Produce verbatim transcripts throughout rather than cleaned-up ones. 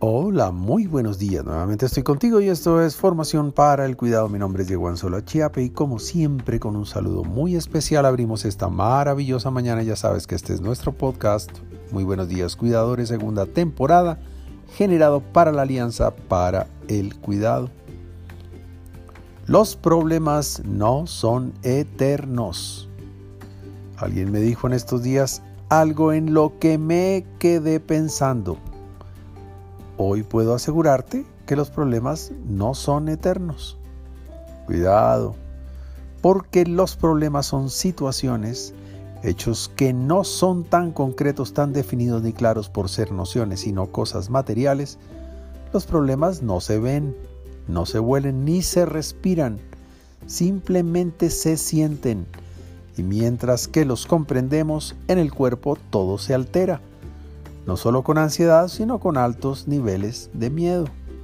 Hola, muy buenos días. Nuevamente estoy contigo y esto es Formación para el Cuidado. Mi nombre es Diego Anzola Chiape y como siempre con un saludo muy especial abrimos esta maravillosa mañana. Ya sabes que este es nuestro podcast. Muy buenos días, cuidadores, segunda temporada, generado para la Alianza para el Cuidado. Los problemas no son eternos. Alguien me dijo en estos días algo en lo que me quedé pensando. Hoy puedo asegurarte que los problemas no son eternos. Cuidado, porque los problemas son situaciones, hechos que no son tan concretos, tan definidos ni claros por ser nociones, sino cosas materiales. Los problemas no se ven, no se huelen ni se respiran, simplemente se sienten. Y mientras que los comprendemos, en el cuerpo todo se altera. No solo con ansiedad, sino con altos niveles de miedo.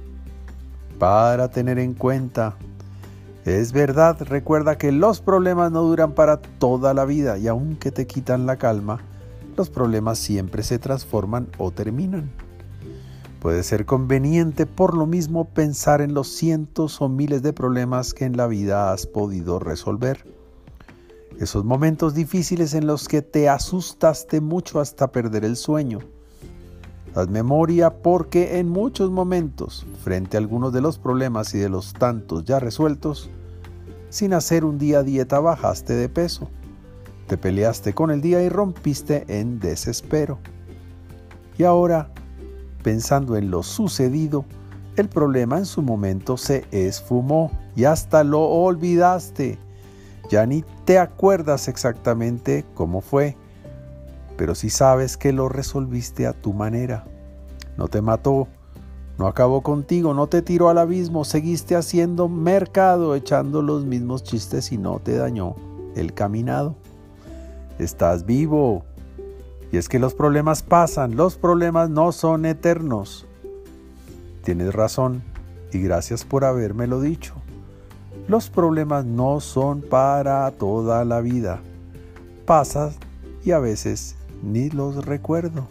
Para tener en cuenta, es verdad, recuerda que los problemas no duran para toda la vida y aunque te quitan la calma, los problemas siempre se transforman o terminan. Puede ser conveniente por lo mismo pensar en los cientos o miles de problemas que en la vida has podido resolver. Esos momentos difíciles en los que te asustaste mucho hasta perder el sueño. Haz memoria porque en muchos momentos, frente a algunos de los problemas y de los tantos ya resueltos, sin hacer un día dieta bajaste de peso, te peleaste con el día y rompiste en desespero. Y ahora, pensando en lo sucedido, el problema en su momento se esfumó y hasta lo olvidaste. Ya ni te acuerdas exactamente cómo fue, pero sí sabes que lo resolviste a tu manera. No te mató, no acabó contigo, no te tiró al abismo, seguiste haciendo mercado, echando los mismos chistes y no te dañó el caminado. Estás vivo. Y es que los problemas pasan, los problemas no son eternos. Tienes razón y gracias por habérmelo dicho. Los problemas no son para toda la vida. Pasan y a veces ni los recuerdo.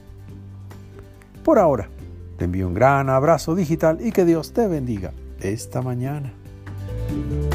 Por ahora, te envío un gran abrazo digital y que Dios te bendiga esta mañana.